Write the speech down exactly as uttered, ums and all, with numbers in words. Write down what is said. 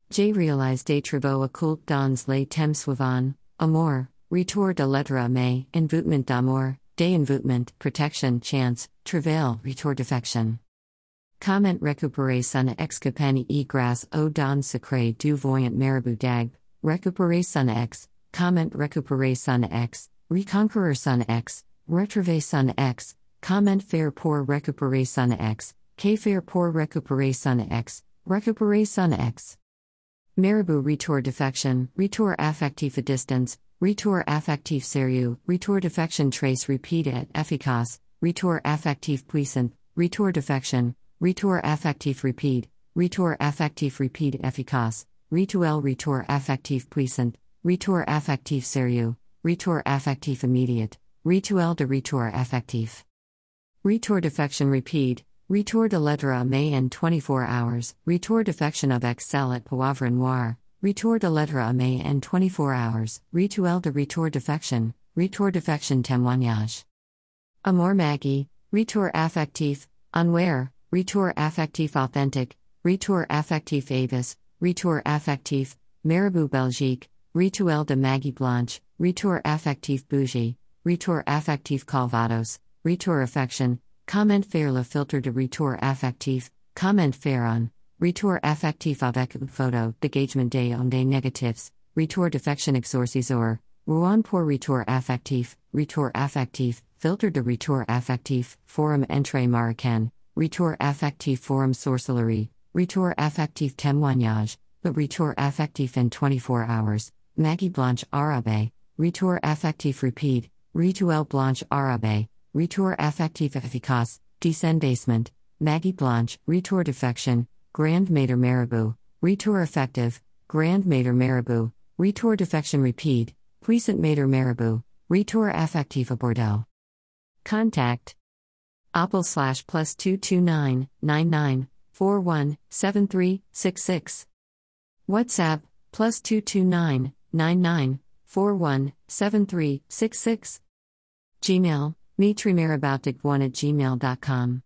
J réalise des travaux occultes dans les temps suivants: amour, retour de l'être aimé, envoûtement d'amour, déenvoûtement, protection, chance, travail, retour d'affection. Comment récupérer son ex compagnie grâce au don secret du voyant marabout d'Agbe, récupérer son ex, comment récupérer son ex, reconquérir son ex, retrouver son ex, comment faire pour récupérer son ex, que faire pour récupérer son ex, récupérer son ex. Marabout retour d'affection, retour affectif à distance, retour affectif sérieux, retour d'affection trace rapide et efficace, retour affectif puissant, retour d'affection, retour affectif rapide, retour affectif rapide efficace, rituel retour affectif puissant, retour affectif sérieux, retour affectif immédiat, rituel de retour affectif. Retour d'affection rapide, retour de l'être aimé en twenty-four hours, retour d'affection avec sel et poivre noir, retour de l'être aimé en twenty-four hours, rituel de retour d'affection, retour d'affection témoignage. Amour Maggie, retour affectif, unaware, retour affectif authentique, retour affectif Avis, retour affectif, Marabout Belgique, rituel de Maggie Blanche, retour affectif Bougie, retour affectif Calvados, retour affection, comment faire le filtre de retour affectif, comment faire un retour affectif avec une photo, dégagement des ondes négatifs, retour d'affection exorciseur, Rouen pour retour affectif, retour affectif, filtre de retour affectif, forum entrée marocaine, retour affectif forum sorcellerie, retour affectif témoignage, le retour affectif en twenty-four hours, Maggie Blanche Arabe, retour affectif rapide, rituel Blanche Arabe, retour affectif efficace, descendacement, Maggie Blanche, retour d'affection, Grand Maître Marabout, retour affective, Grand Maître Marabout, retour d'affection rapide, Puissant Maître Marabout, retour affectif à Bordeaux. Contact Apple slash plus two two nine nine nine four one seven three six six. WhatsApp plus two two nine nine nine four one seven three six six. Gmail, mitrimaraboutdic one at gmail dot com.